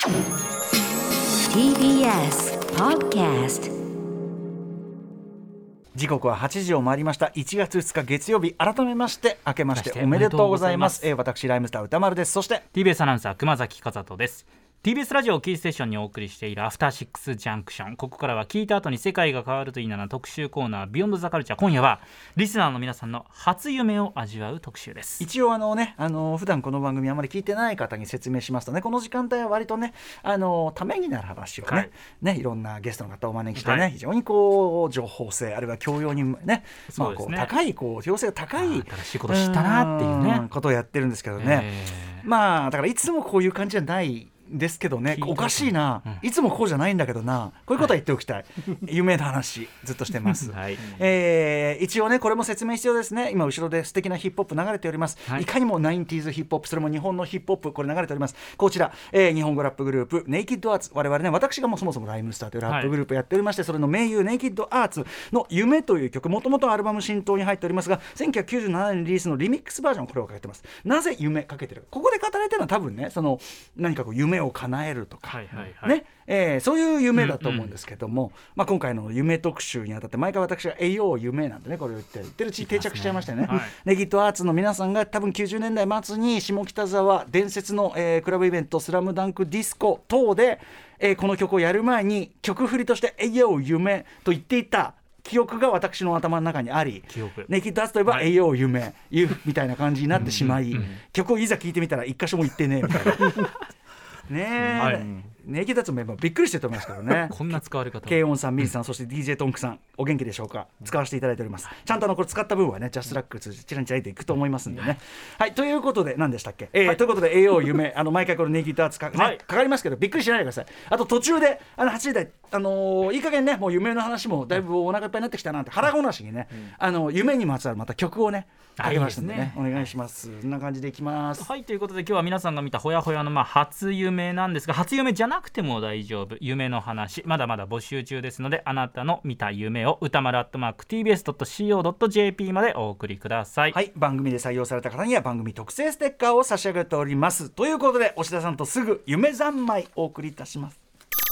TBS Podcast。 時刻は8時を回りました。1月2日月曜日、改めまして明けましておめでとうございます。私ライムスター歌丸です。そして TBS アナウンサー熊崎和人です。 TBS ラジオキーステーションにお送りしているアフターシックスジャンクション。ここからは聞いた後に世界が変わるといいなな特集コーナービヨンドザカルチャー。今夜はリスナーの皆さんの初夢を味わう特集です。 一応普段この番組あまり聞いてない方に説明しますとね、この時間帯は割とねためになる話をね、いろんなゲストの方をお招きしてね、非常にこう情報性あるいは教養にね、こう高い教養性が高い新しいこと知ったなっていうねことをやってるんですけどね、だからいつもこういう感じじゃないですけどね、おかしいな、いつもこうじゃないんだけどな、こういうことは言っておきたい、夢の話ずっとしてます、一応ねこれも説明必要ですね。今後ろで素敵なヒップホップ流れております、いかにも 90s ヒップホップ、それも日本のヒップホップ、これ流れております。こちら、日本語ラップグループネイキッドアーツ、我々ね、私がもうそもそもライムスターというラップグループやっておりまして、それの盟友ネイキッドアーツの夢という曲、もともとアルバム浸透に入っておりますが、1997年リリースのリミックスバージョン、これをかけてます。なぜ夢かけてるか、ここで語られてるのは多分ね、その何かこう夢を叶えるとか、そういう夢だと思うんですけども、今回の夢特集にあたって毎回私が栄養夢なんてね、これを言ってるうちに定着しちゃいましたよね。ネギットアーツの皆さんが多分90年代末に下北沢伝説の、クラブイベントスラムダンクディスコ等で、この曲をやる前に曲振りとして栄養夢と言っていた記憶が私の頭の中にあり、ネイキッドアーツといえば栄養夢みたいな感じになってしまい、曲をいざ聴いてみたら一箇所も言ってねえみたいなネイキッドアーツのメンバーびっくりしてると思いますけどねこんな使われ方、 ケイオンさん、ミリさん、そして DJ トンクさん、お元気でしょうか。使わせていただいております。ちゃんとこれ使った分はね、ジャストラックチランチランといくと思いますんでね。ということで何でしたっけ、ということで栄養夢毎回このネイキッドアーツかかりますけど、びっくりしないでください。あと途中で8時台いい加減ね、もう夢の話もだいぶお腹いっぱいになってきたなって腹ごなしにね、夢にまつわるまた曲をねかけましたんでね、お願いします。こんな感じでいきます。 ということで今日は皆さんが見たほやほやの初夢なんですが、初夢じゃなくても大丈夫、夢の話まだまだ募集中ですので、あなたの見た夢を歌丸@tbs.co.jp までお送りください。 番組で採用された方には番組特製ステッカーを差し上げております。ということで押田さんとすぐ夢三昧お送りいたします。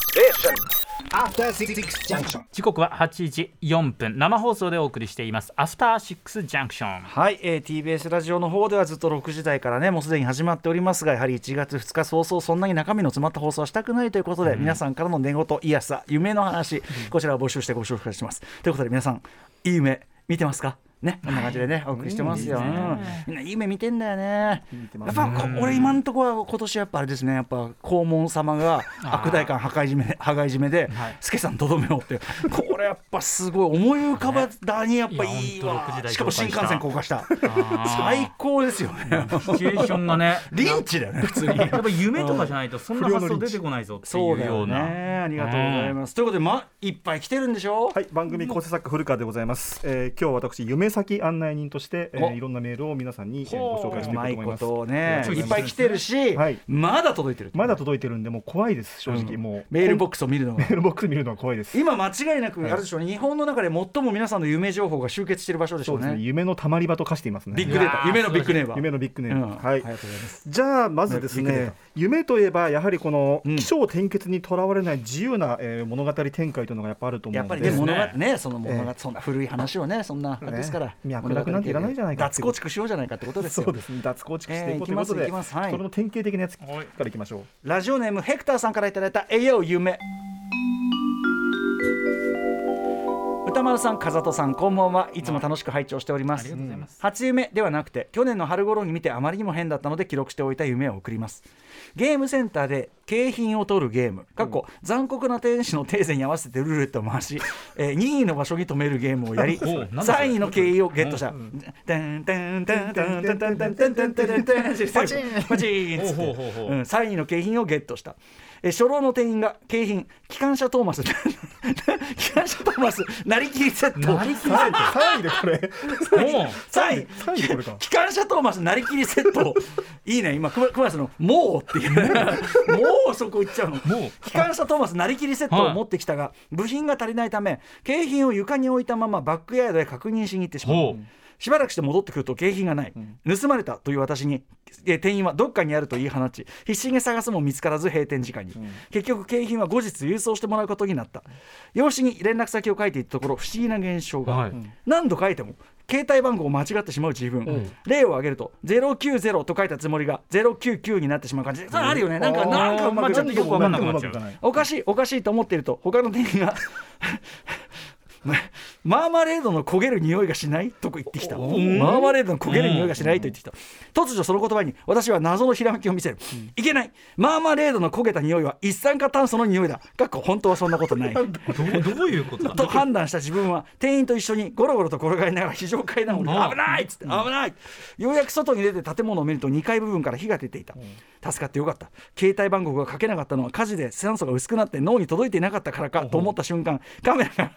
時刻は8時4分、生放送でお送りしていますアフターシックスジャンクション。 TBS ラジオの方ではずっと6時台からねもうすでに始まっておりますが、やはり1月2日早々そんなに中身の詰まった放送はしたくないということで、皆さんからの寝言、いやさ、夢の話、こちらを募集してご紹介します。ということで皆さん、いい夢見てますかね、こんな感じでね、お送りしてますよ。みんないい夢見てんだよね。やっぱ俺今のところは今年やっぱあれですね、やっぱ黄門様が悪代官破壊締めで助さんとどめをって、これやっぱすごい思い浮かばだにやっぱいいわ。しかも新幹線高架下最高ですよね。 シチュエーションがねリンチだよね普通に。 やっぱ夢とかじゃないとそんな発想出てこないぞっていうような。 ありがとうございます。ということでいっぱい来てるんでしょ。 番組構成作家古川でございます。今日私夢先案内人として、いろんなメールを皆さんに、ご紹介していこうと思います。 いっぱい来てるし、まだ届いてるんでもう怖いです正直。もうメールボックスを見るのは怖いです。 今間違いなくあるでしょうね、日本の中で最も皆さんの夢情報が集結している場所でしょうね。 そうですね、夢のたまり場と化していますね。 ビッグデータ、夢のビッグネーム。 はい、じゃあまずですね、夢といえばやはりこの起承転結にとらわれない自由な、物語展開というのがやっぱあると思うので、 やっぱり物語ね、その物語、そんな古い話をね、そんなあれですから、 脈絡なんていらないじゃないか、 脱構築しようじゃないかってことですよ。 そうですね、脱構築していこうということで、それの典型的なやつからいきましょう。 ラジオネームヘクターさんからいただいた栄養夢。歌丸さん、風戸さん、こんばんは。いつも楽しく拝聴しております。初夢ではなくて去年の春頃に見てあまりにも変だったので記録しておいた夢を送ります。ゲームセンターで景品を取るゲーム、残酷な天使のテーゼに合わせてルーレットを回し、任意の場所に止めるゲームをやり、3位の景品をゲットした。3位の景品をゲットした。初老の店員が景品機関車トーマスなりきりセット、 3位でこれ 3位機関車トーマスなりきりセットいいね。今熊谷さんのもうっていうもうそこ行っちゃうの。機関車トーマスなりきりセットを持ってきたが、部品が足りないため景品を床に置いたままバックヤードへ確認しに行ってしまう。 しばらくして戻ってくると景品がない、盗まれたという私に店員はどっかにあると言い放ち、必死に探すも見つからず閉店時間に、結局景品は後日郵送してもらうことになった。用紙に連絡先を書いていったところ不思議な現象が、何度書いても携帯番号を間違ってしまう自分、例を挙げると090と書いたつもりが099になってしまう感じ、それあるよね。なんかうまくちょっとよく分かんなくなっちゃう。おかしいと思っていると他の店員がマーマレードの焦げる匂いがしないと言ってきた。マーマレードの焦げる匂いがしないと言ってきた。突如その言葉に私は謎のひらめきを見せる。いけない、マーマレードの焦げた匂いは一酸化炭素の匂いだ。本当はそんなことないどういうことだと判断した自分は店員と一緒にゴロゴロと転がりながら非常階段を降り危ないっつって、危ない。ようやく外に出て建物を見ると2階部分から火が出ていた。助かってよかった。携帯番号が書けなかったのは火事で酸素が薄くなって脳に届いていなかったからかと思った瞬間、カメラ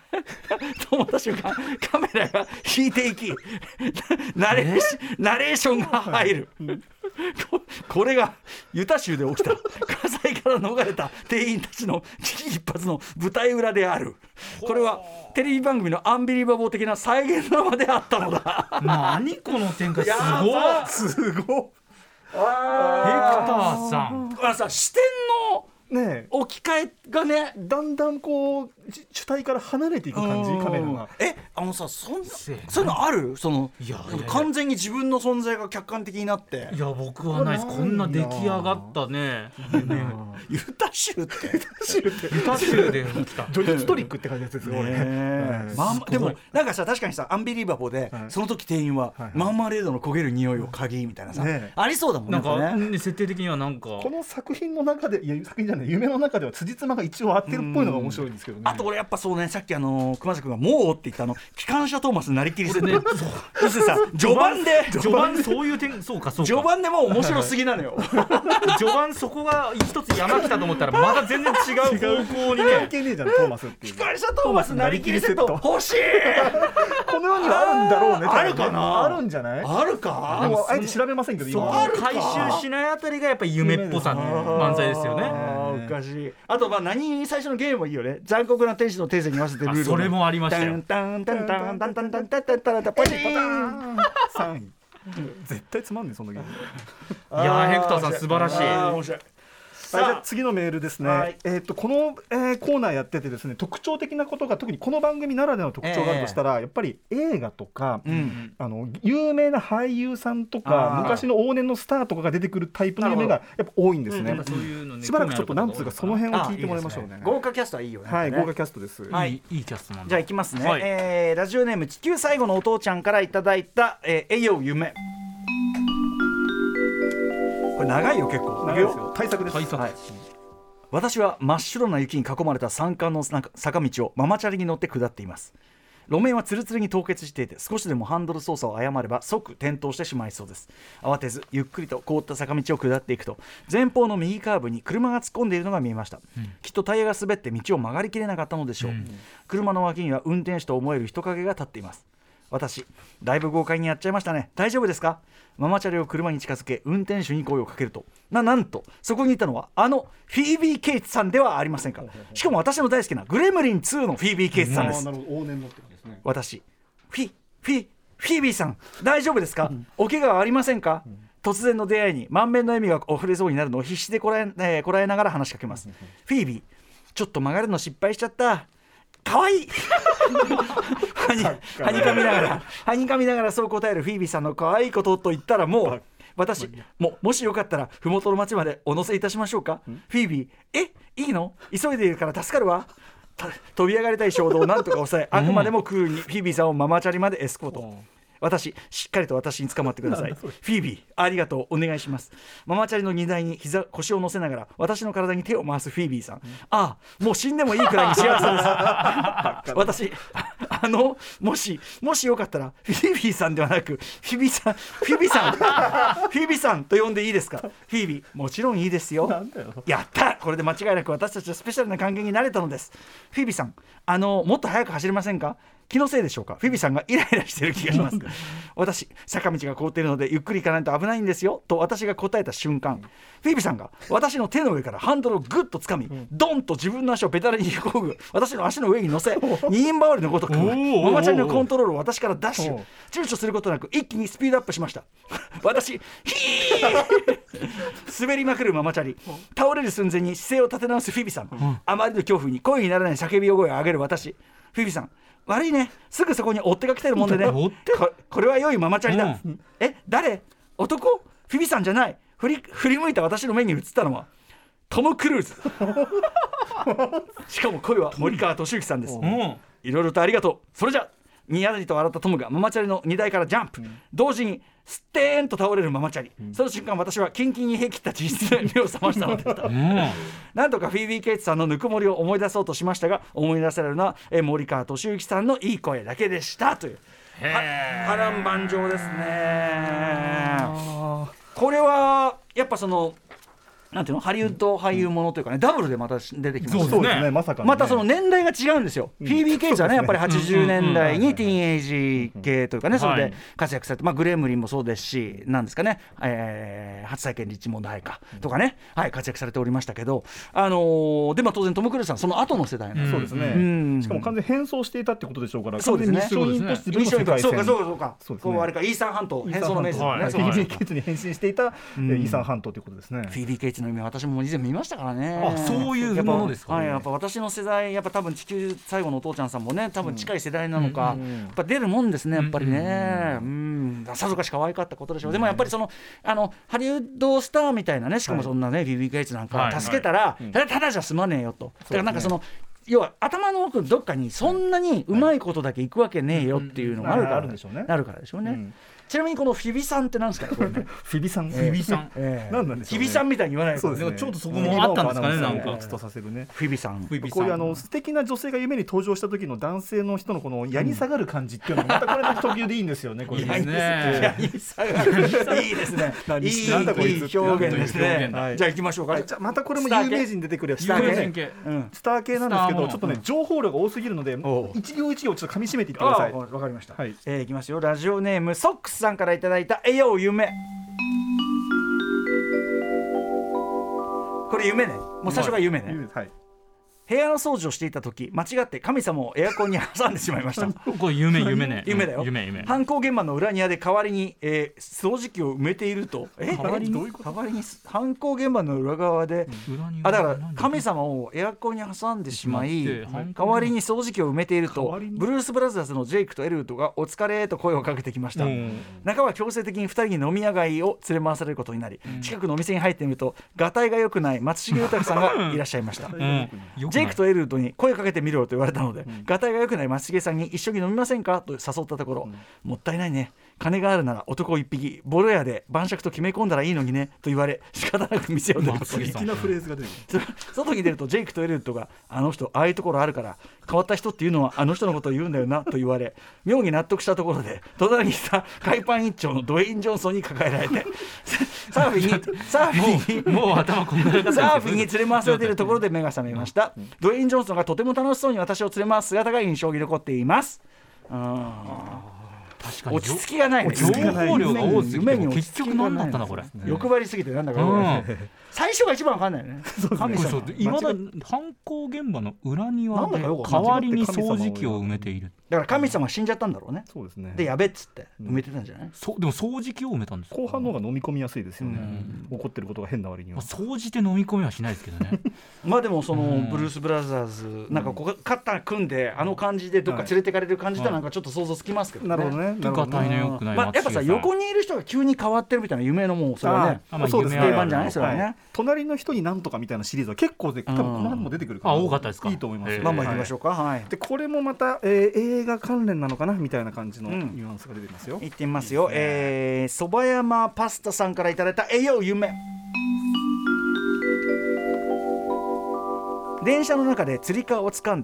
が引いていきナレーションが入るこれがユタ州で起きた火災から逃れた店員たちの危機一髪の舞台裏である。これはテレビ番組のアンビリバボー的な再現ドラマであったのだ。 何この展開、すごいヘクターさん、 視点の置き換えがね、 だんだんこう主体から離れていく感じ、カメラが。 そういうのある？完全に自分の存在が客観的になって。 いや僕はないです。こんな出来上がったねユタ州ってユタ州で起きたジョリストリックって感じですよね。 でもなんかさ、確かにさアンビリバボーで、その時店員はマーマレードの焦げる匂いを嗅ぎみたいなさ、ありそうだもんね。 なんか設定的にはなんかこの作品の中で、作品じゃない、夢の中では辻褄が一応合ってるっぽいのが面白いんですけどね。 あと俺やっぱそうね、さっき熊崎君がもうって言った機関車トーマスなりきりしてね序盤そういう点、そうか序盤でもう面白すぎなのよ序盤そこが一つ山来たと思ったらまだ全然違う方向にね関係ねえじゃんトーマスっていう。 機関車トーマスなりきりセット欲しいこの世にはあるんだろうね。 あるかな。 あるんじゃない？ あるか。 でもあえて調べませんけど、今回収しないあたりがやっぱり夢っぽさの漫才ですよね。 おかしい。あと最初のゲームもいいよね。残酷な天使のテーゼに合わせてルール。 それもありましたよ。 タンタンタンタンタンタンタンタンタンタンパチン 3位絶対つまんねえそのゲーム。 いやヘクターさん素晴らしい。 面白い。 じゃあ次のメールですね。この、コーナーやっててですね、特徴的なことが、特にこの番組ならではの特徴があるとしたら、やっぱり映画とか、有名な俳優さんとか昔の往年のスターとかが出てくるタイプの夢がやっぱ多いんですね。しばらくちょっとなんつうかその辺を聞いてもらいましょうね。 豪華キャストはいいよね。 はい、豪華キャストです。 いいキャストなんだ。 じゃあいきますね。ラジオネーム地球最後のお父ちゃんからいただいた栄養夢。これ長いよ、結構長いですよ。対策です。 私は真っ白な雪に囲まれた山間の坂道をママチャリに乗って下っています。路面はツルツルに凍結していて、少しでもハンドル操作を誤れば即転倒してしまいそうです。慌てずゆっくりと凍った坂道を下っていくと、前方の右カーブに車が突っ込んでいるのが見えました。きっとタイヤが滑って道を曲がりきれなかったのでしょう。車の脇には運転手と思える人影が立っています。私、だいぶ豪快にやっちゃいましたね。大丈夫ですか？ママチャリを車に近づけ、運転手に声をかけると、なんとそこにいたのはフィービー・ケイツさんではありませんか。しかも私の大好きなグレムリン2のフィービー・ケイツさんです。私、フィービーさん、大丈夫ですか？お怪我はありませんか？突然の出会いに満面の笑みが溢れそうになるのを必死でこらえながら話しかけます。フィービー、ちょっと曲がるの失敗しちゃった。かわいいはにかみながらそう答えるフィービーさんのかわいいことと言ったら、もう私もしよかったら麓の町までお乗せいたしましょうか。フィービー、いいの？急いでいるから助かるわ。飛び上がりたい衝動をなんとか抑え、あくまでもクールにフィービーさんをママチャリまでエスコート。私、しっかりと私に捕まってください。フィービー、ありがとう、お願いします。ママチャリの荷台に腰を乗せながら私の体に手を回すフィービーさん。もう死んでもいいくらいに幸せです私、もしよかったらフィービーさんではなくフィビさんと呼んでいいですか？フィービー、もちろんいいですよ。やった、これで間違いなく私たちはスペシャルな関係になれたのです。フィービーさん、もっと早く走れませんか？ 気のせいでしょうか、フィビさんがイライラしている気がします私、坂道が凍っているのでゆっくり行かないと危ないんですよと私が答えた瞬間、フィビさんが私の手の上からハンドルをグッと掴み、ドンと自分の足をペダルにこぐ、私の足の上に乗せ二人羽織のごとくママチャリのコントロールを私からダッシュ、躊躇することなく一気にスピードアップしました私ヒー滑りまくるママチャリ、倒れる寸前に姿勢を立て直すフィビさん、あまりの恐怖に声にならない叫び声を上げる私、フィビさん、悪いね、すぐそこに追っ手が来てるもんでねこれは良いママチャリだ、誰、男、フィビさんじゃない、振り向いた私の目に映ったのはトム・クルーズしかも声は森川俊之さんです、いろいろとありがとう。それじゃにやりと笑ったトムがママチャリの荷台からジャンプ、同時にステーンと倒れるママチャリ、その瞬間私はキンキンに冷え切った自室で目を覚ましたのでした、なんとかフィービー・ケイツさんのぬくもりを思い出そうとしましたが、思い出されるのは森川俊之さんのいい声だけでしたという波乱万丈ですね。これはやっぱそのなんていうの、ハリウッド俳優ものというかね、ダブルでまた出てきます、 そうですね、まさかね、 またその年代が違うんですよ、フィービー・ケイツはねやっぱり80年代にティーンエイジ系というかね、それで活躍されて、グレムリンもそうですし、なんですかね、初体験リッチモンドハイかとかね、活躍されておりましたけど、で当然トム・クルーズさんその後の世代なんです、 そうですね、しかも完全に変装していたってことでしょうから、 そうですね、 ミッションインポッシブルの世界線、 そうか、こうあれか、イーサン・ハント変装の名人ですね、 フィービー・ケイツに変身していたイーサン・ハントということですね。 フィービー・ケイツの夢私も以前見ましたからね。 そういうものですかね。 やっぱ私の世代、やっぱ多分地球最後のお父ちゃんさんもね、多分近い世代なのか、やっぱ出るもんですね、やっぱりね、さぞかし可愛かったことでしょう。でもやっぱりそのハリウッドスターみたいなね、しかもそんなね、フィービー・ケイツなんか助けたらただじゃ済まねえよと。だからなんかその要は頭の奥どっかにそんなにうまいことだけいくわけねえよっていうのがあるからでしょうね。ちなみにこのフィビさんってなんですかね、これねフィビさん、 何なんでしょうね。フィビさんみたいに言わないですね。 ちょっとそこもあったんですかね、なんかとさせるね。 フィビさん、 こういう素敵な女性が夢に登場した時の男性の人のこのやに下がる感じっていうのがまたこれの特有でいいんですよね。これやに下がるいいですね。いい表現ですね。じゃあ行きましょうか。 じゃまたこれも有名人出てくるスター系なんですけど、ちょっとね情報量が多すぎるので一行一行ちょっと噛み締めていってください。 わかりました。いきますよ。ラジオネームソックスさんからいただいたよう夢。これ夢ね、もう最初が夢ね。部屋の掃除をしていた時、間違って神様をエアコンに挟んでしまいましたこれ夢ね。 夢だよ。犯行現場の裏庭で代わりに、掃除機を埋めていると。代わりに犯行現場の裏側でだから神様をエアコンに挟んでしまい、代わりに掃除機を埋めていると、ブルース・ブラザーズのジェイクとエルウッドがお疲れと声をかけてきました。中は強制的に2人に飲み屋街を連れ回されることになり、近くのお店に入ってみるとがたいが良くない松重豊さんがいらっしゃいました。ジェイクとエルウッドに声かけてみろと言われたので、がたいが良くない松重さんに一緒に飲みませんかと誘ったところ、もったいないね、金があるなら男一匹ボロ屋で晩酌と決め込んだらいいのにねと言われ、仕方なく店を出る。 素敵なフレーズが出る。 外に出るとジェイクとエルウッドが、あの人ああいうところあるから変わった人っていうのはあの人のことを言うんだよなと言われ、妙に納得したところで隣にいた海パン一丁のドウェイン・ジョンソンに抱えられてサーフィンに連れ回されているところで目が覚めました。ドウェイン・ジョンソンがとても楽しそうに私を連れ回す姿が印象に残っています。 確かに落ち着きがないね。 情報量が多すぎて結局何だったなこれ。 欲張りすぎてなんだか最初が一番分かんないよね。 いまだ犯行現場の裏庭で代わりに掃除機を埋めている。 だから神様死んじゃったんだろうね。 そうですね。 でやべっつって埋めてたんじゃない。 でも掃除機を埋めたんです。 後半の方が飲み込みやすいですよね。怒ってることが変な割には。 掃除で飲み込みはしないですけどね。 まあでもそのブルース・ブラザーズなんか肩組んであの感じでどっか連れてかれる感じとなんかちょっと想像つきますけどね。 なるほどね。 がたいの良くない。 やっぱさ横にいる人が急に変わってるみたいな夢のもうそれはね。そうですね。定番じゃないそれはね。 隣の人になんとかみたいなシリーズは結構で多分この後も出てくるから。 多かったですか。 いいと思います。 まあまあ行きましょうか。はい。 でこれもまた映画関連なのかなみたいな感じのニュアンスが出てますよ。 行ってみますよ。そば山パスタさんからいただいたよ夢。電車の中でつり革を掴んで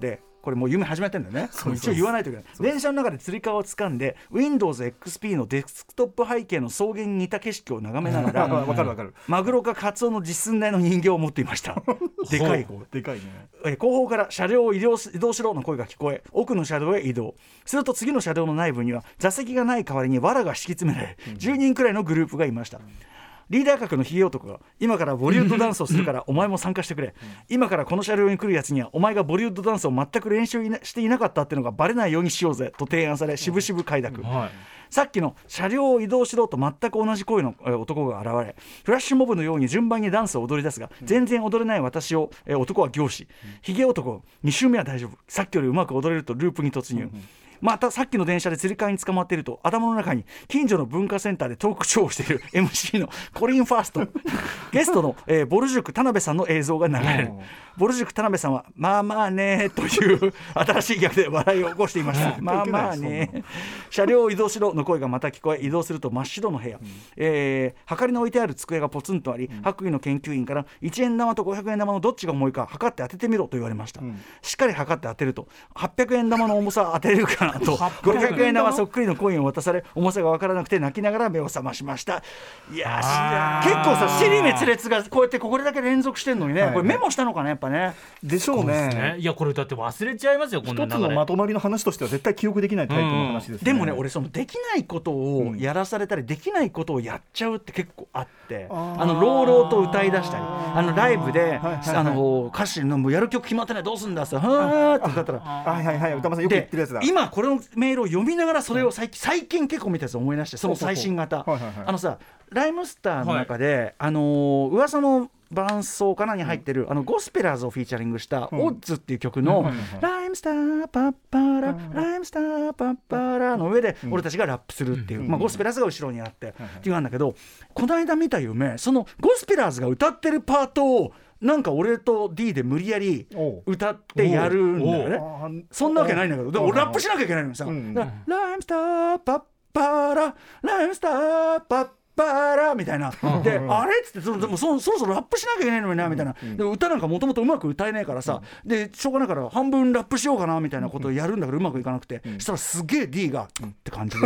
これもう夢始めてるんだよね。一応言わないといけない。電車の中でつり革を掴んで Windows XP のデスクトップ背景の草原に似た景色を眺めながらわかるマグロかカツオの実寸大の人形を持っていました。でかいでかいね。 後方から車両を移動しろの声が聞こえ、奥の車両へ移動すると次の車両の内部には座席がない代わりに藁が敷き詰められ、10人くらいのグループがいました。リーダー格のヒゲ男が今からボリウッドダンスをするからお前も参加してくれ、今からこの車両に来るやつにはお前がボリウッドダンスを全く練習していなかったっていうのがバレないようにしようぜと提案され、しぶしぶ快諾、さっきの車両を移動しろと全く同じ声の男が現れ、フラッシュモブのように順番にダンスを踊り出すが、全然踊れない私を男は凝視、ヒゲ男2周目は大丈夫、さっきよりうまく踊れるとループに突入、またさっきの電車でつり革に捕まっていると頭の中に近所の文化センターでトークショーをしている MC のコリン・ファーストゲストの、ボル塾田辺さんの映像が流れる。ボル塾田辺さんはまあまあねという新しいギャグで笑いを起こしていましたまあまあね。車両を移動しろの声がまた聞こえ、移動すると真っ白の部屋、はかりの置いてある机がポツンとあり、白衣の研究員から1円玉と500円玉のどっちが重いか測って当ててみろと言われました。しっかり測って当てると800円玉の重さ当てれるかなと500円玉そっくりのコインを渡され、重さが分からなくて泣きながら目を覚ましました。いや結構さ、尻滅裂がこうやってこれだけ連続してんのにね、これメモしたのかね、やっぱね。 でしょうね。 いやこれだって忘れちゃいますよ、こんな流れ。 一つのまとまりの話としては絶対記憶できないタイプの話ですね。 でもね、俺そのできないことをやらされたり、できないことをやっちゃうって結構あって、朗々と歌い出したり、ライブで歌詞のやる曲決まってないどうすんださ、はーって歌ったら、 歌間さんよく言ってるやつだ。 今これのメールを読みながらそれを最近結構見たやつを思い出して、その最新型さ、ライムスターの中で噂の伴奏かなに入ってるゴスペラーズをフィーチャリングしたオッズっていう曲のライムスターパッパラライムスターパッパラの上で俺たちがラップするっていう、ゴスペラーズが後ろにあってっていうなんだけど、この間見た夢、そのゴスペラーズが歌ってるパートをなんか俺と D で無理やり歌ってやるんだよね。そんなわけないんだけど、でも俺ラップしなきゃいけないのにさ、ライムスターパッパラライムスターパッパラみたいなで、あれっつってそろそろラップしなきゃいけないのになみたいな、で歌なんかもともとうまく歌えないからさ、でしょうがないから半分ラップしようかなみたいなことをやるんだけどうまくいかなくて、そしたらすげえ D がって感じで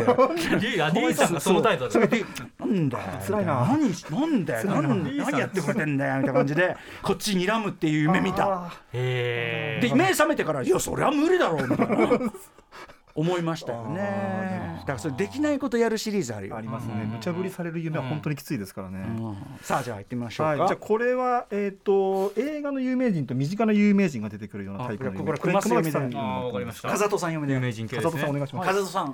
D さんがそのタイトルでなんだよ辛いな、 なんだよ何やってくれてんだよみたいな感じでこっち睨むっていう夢見た。で目覚めてからいやそれは無理だろうみたいな思いましたよね。だからそれできないことやるシリーズあるよ。 ありますね。無茶ぶりされる夢は本当にきついですからね。 さあじゃあ行ってみましょうか。 じゃあこれは映画の有名人と身近な有名人が出てくるようなタイプの夢。 これ熊崎さん、 わかりました。 風戸さん読め有名人系ですね。 風戸さんお願いします。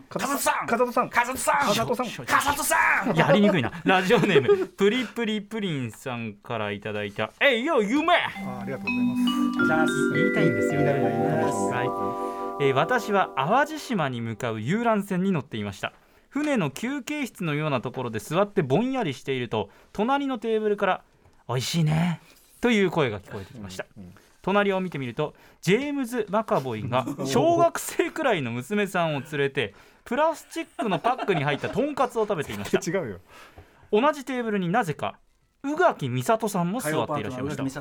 風戸さんやりにくいな。ラジオネームプリプリプリンさんからいただいたえいよ夢。 ありがとうございます。 言いたいんですよね。私は淡路島に向かう遊覧船に乗っていました。船の休憩室のようなところで座ってぼんやりしていると、隣のテーブルからおいしいねという声が聞こえてきました。隣を見てみるとジェームズ・マカボイが小学生くらいの娘さんを連れてプラスチックのパックに入ったとんかつを食べていました。 違うよ。 同じテーブルになぜか宇垣美里さんも座っていらっしゃいました。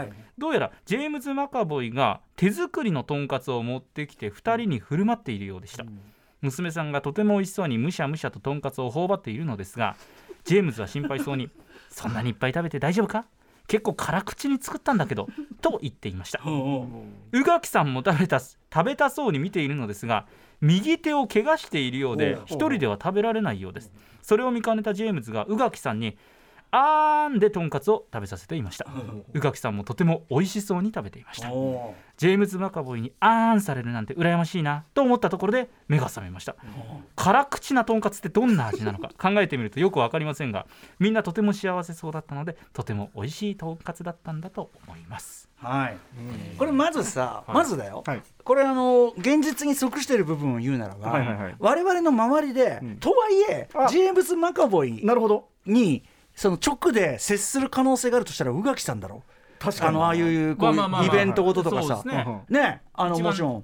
どうやらジェームズ・マカボイが手作りのとんかつを持ってきて2人に振る舞っているようでした。娘さんがとても美味しそうにむしゃむしゃととんかつを頬張っているのですが、ジェームズは心配そうにそんなにいっぱい食べて大丈夫か、結構辛口に作ったんだけどと言っていました。宇垣さんも食べたそうに見ているのですが、右手を怪我しているようで一人では食べられないようです。それを見かねたジェームズが宇垣さんにあーんでとんかつを食べさせていました。宇垣さんもとても美味しそうに食べていました。ジェームズ・マカボイにあーんされるなんて羨ましいなと思ったところで目が覚めました。辛口なとんかつってどんな味なのか考えてみるとよく分かりませんが、みんなとても幸せそうだったのでとても美味しいとんかつだったんだと思います。 これまずさ、まずだよ、これ現実に即している部分を言うならば、我々の周りで、とはいえジェームズ・マカボイにその直で接する可能性があるとしたら宇垣さんだろう。確かにああいうこうイベントごととかさ、ね、もちろん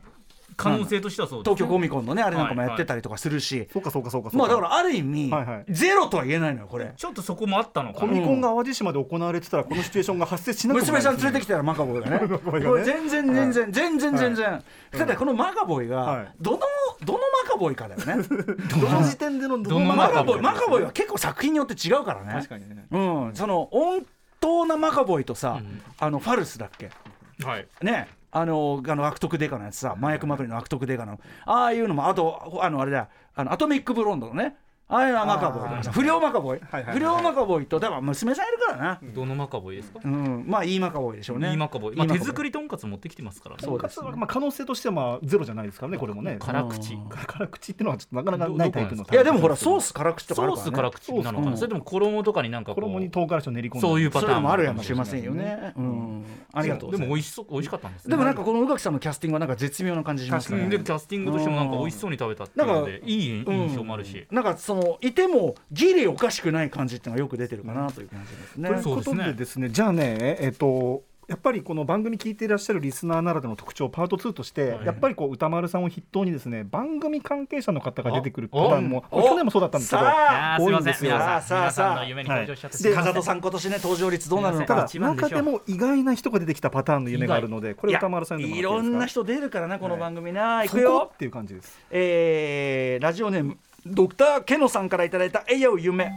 可能性としてはそうですね。 東京コミコンのねあれなんかもやってたりとかするし、 そうかまあだからある意味、ゼロとは言えないのよこれ。 ちょっとそこもあったのかな。 コミコンが淡路島で行われてたらこのシチュエーションが発生しなくもない娘さん連れてきたらマカボイがねこれ全然ただこのマカボイがどのマカボイかだよねどの時点でのどのマカボイは結構作品によって違うからね。 確かにね、 その温当なマカボイとさ、ファルスだっけ、ね、悪徳デカのやつさ、麻薬まくりの悪徳デカのああいうのも、あとあれだ、アトミックブロンドのね、ああいうマカボイとかさ、不良マカボイ、不良マカボイと、だから娘さんいるからな。 どのマカボイですか？ まあいいマカボイでしょうね。 いいマカボイ、まあ、手作りとんかつ持ってきてますからね。 そうです、まあ、可能性としてはまあゼロじゃないですからね、これもね。辛口っていうのはちょっとなかなかないタイプの。 いやでもほらソース辛口とかあるからね。 ソース辛口なのかな。それとも衣とかになんか衣に唐辛子を練り込んで、 そういうパターンもあるやもしれませんよね。ありがとう。 でも美味しかったんですね。 でもなんかこの宇垣さんのキャスティングはなんか絶妙な感じしますね。 でキャスティングとしてもなんか美味しそうに食べたっていうのでいい印象もあるし、 なんかそのいてもギリおかしくない感じっていうのがよく出てるかなという感じですね。 ということでですね、じゃあね、やっぱりこの番組聞いていらっしゃるリスナーならでの特徴パート2として、やっぱりこう歌丸さんを筆頭にですね、番組関係者の方が出てくるパターンも去年もそうだったんですけど多いんですよ。 皆さんの夢に登場しちゃって、 風戸さん今年ね登場率どうなるのか。 ただ中でも意外な人が出てきたパターンの夢があるので、これ歌丸さんいろんな人出るからなこの番組な。いくよっていう感じです。 ラジオネームドクターケノさんからいただいたえいやう夢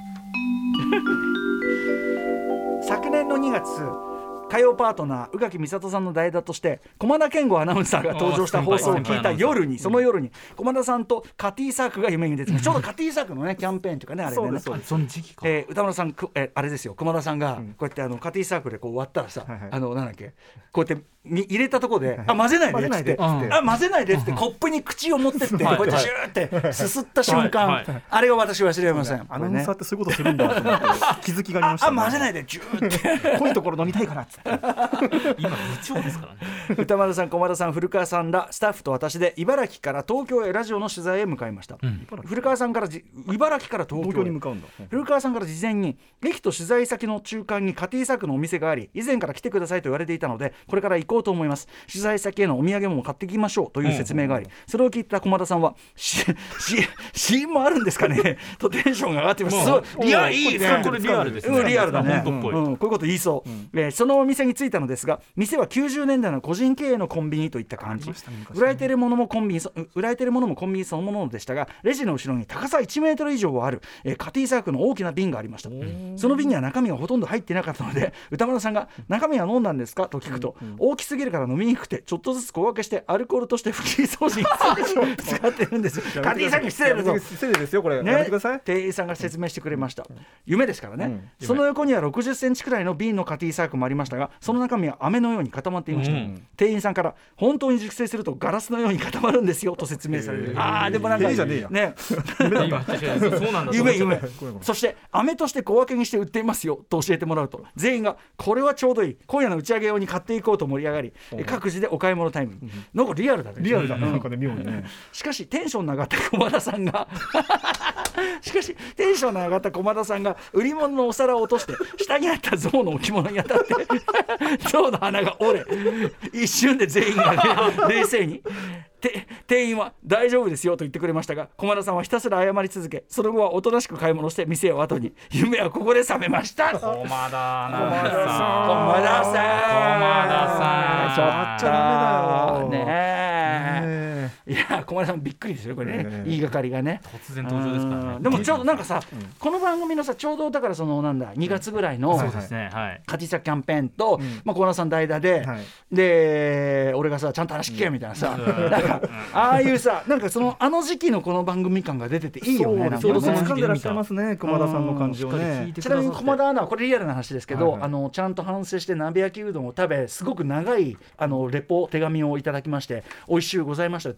昨年の2月、火曜パートナー宇垣美里さんの代打として駒田健吾アナウンサーが登場した放送を聞いた夜に、その夜に駒田さんとカティサークが夢に出てきて、ちょうどカティサークのねキャンペーンというかね、あれでね、 その時期か、 歌丸さんあれですよ、駒田さんがこうやってカティサークでこう終わったらさ、なんだっけ、こうやって入れたところで混ぜないでっつって混ぜないでっつってコップに口を持ってってこうやってシューってすすった瞬間、あれが私忘れません。 アナウンサーってそういうことするんだと思って気づきがありましたね。 混ぜないでジューって濃いところ飲みたいからっつって今部長ですからね。 歌丸さん、駒田さん、古川さんらスタッフと私で茨城から東京へラジオの取材へ向かいました。古川さんから茨城から東京に向かうんだ。 古川さんから事前に駅と取材先の中間にカティサークのお店があり、以前から来てくださいと言われていたのでこれから行こうと思います。取材先へのお土産も買ってきましょうという説明があり、それを聞いた駒田さんはCM あるんですかねとテンションが上がっています。いやいいね、 これリアルですね。 リアルだね。 本当っぽい。 こういうこと言いそう。そのお店に着いたのですが、店は90年代の個人経営のコンビニといった感じ。売られているものもコンビニそのものでしたが、レジの後ろに高さ1メートル以上あるカティサークの大きな瓶がありました。その瓶には中身がほとんど入っていなかったので、歌丸さんが中身は飲んだんですかと聞くと、大きすぎるから飲みにくくてちょっとずつ小分けしてアルコールとしてフリー掃除に使ってるんですよ。カティサーク失礼だぞ。 失礼ですよこれ、やめてください。 店員さんが説明してくれました。夢ですからね。その横には60センチくらいの瓶のカティサークもありましたが、その中身は飴のように固まっていました。店員さんから本当に熟成するとガラスのように固まるんですよと説明される。でもなんかいいじゃねえやね夢そして飴として小分けにして売っていますよと教えてもらうと、全員がこれはちょうどいい、今夜の打ち上げ用に買っていこうと盛り上がり、各自でお買い物タイム。なんかリアルだね。 リアルだね、なんかね妙にね。 しかしテンションの上がった駒田さんが売り物のお皿を落として下にあった象の置物に当たって象の鼻が折れ、一瞬で全員が、冷静に店員は大丈夫ですよと言ってくれましたが、駒田さんはひたすら謝り続け、その後はおとなしく買い物して店を後に。夢はここで覚めました。 駒田さんちょっとダメだよね。いや駒田さんびっくりですよこれね、言いがかりがね突然登場ですからね。 でもちょうどなんかさ、この番組のさちょうどだからそのなんだ2月ぐらいのカティサキャンペーンと駒田さん代打で俺がさちゃんと話聞けみたいなさ、なんかああいうさなんかその時期のこの番組感が出てていいよね。 そう掴んでらっしゃいますね駒田さんの感じをね。 ちなみに駒田アナはこれリアルな話ですけど、ちゃんと反省して鍋焼きうどんを食べ、すごく長いレポ手紙をいただきまして、美味しゅうございましたって手紙をいただいて、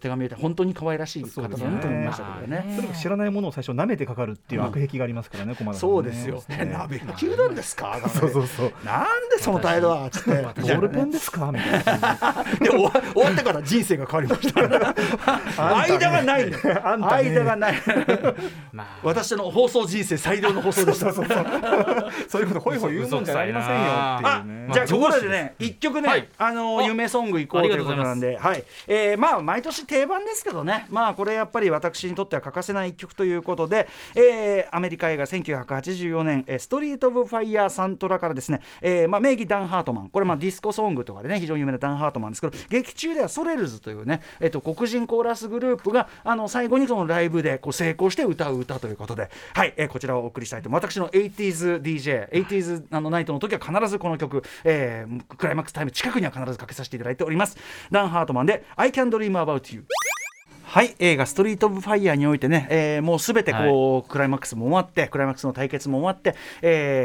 本当に可愛らしい方だなと思いましたけどね。 それも知らないものを最初舐めてかかるっていう悪癖がありますからね、駒田さんね。 そうですよ。鍋球なんですか。 そうそうそう。 なんでその態度はつって。ボールペンですかみたいな。 で終わってから人生が変わりました。間がない。間がない。私の放送人生最良の放送でした。 そういうことホイホイ言うもんじゃありませんよっていうね。 じゃあここでね一曲ね夢ソングいこうということなんで、まあ毎年定番ですけどね、まあこれやっぱり私にとっては欠かせない一曲ということで、アメリカ映画1984年ストリート・オブ・ファイヤーサントラからですね、まあ名義ダン・ハートマン、これまあディスコソングとかでね非常に有名なダン・ハートマンですけど、劇中ではソレルズというね黒人コーラスグループが最後にそのライブでこう成功して歌う歌ということで、こちらをお送りしたいと。私の 80s DJ、80s ナイトの時は必ずこの曲、クライマックスタイム近くには必ずかけさせていただいております。ダン・ハートマンで I Can Dream About You。はい、映画ストリート・オブ・ファイヤーにおいてね、もうすべてこう、クライマックスも終わってクライマックスの対決も終わって、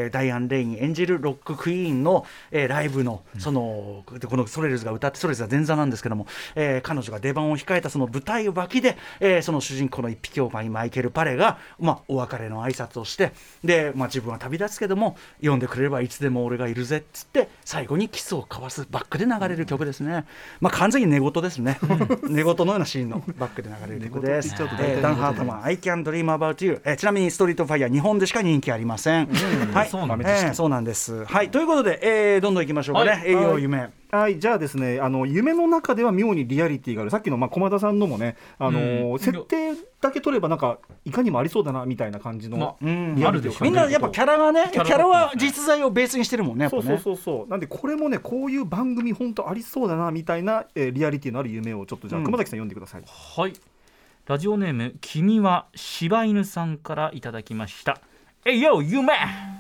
ダイアン・レイン演じるロッククイーンの、ライブのその、このソレルズが歌って、ソレルズは前座なんですけども、彼女が出番を控えたその舞台脇で、その主人公の一匹狼マイケル・パレが、お別れの挨拶をしてで、自分は旅立つけども呼んでくれればいつでも俺がいるぜっつって最後にキスを交わすバックで流れる曲ですね。完全に寝言ですね。寝言のようなシーンのバックで流れる曲です。ダン・ハートマン I Can Dream About You、ちなみにストリートファイヤー日本でしか人気ありません。はい、そうなんです。はい、ということで、どんどんいきましょうかね。栄養夢。 はい、じゃあですね、夢の中では妙にリアリティがある、さっきの駒田さんのもね、設定だけ取ればなんかいかにもありそうだなみたいな感じのリアリティを、 みんなやっぱキャラがね、キャラは実在をベースにしてるもんね。 そうなんでこれもね、こういう番組本当ありそうだなみたいな、リアリティのある夢をちょっとじゃあ熊崎さん読んでください。 はい、ラジオネーム君は柴犬さんからいただきました。よ夢。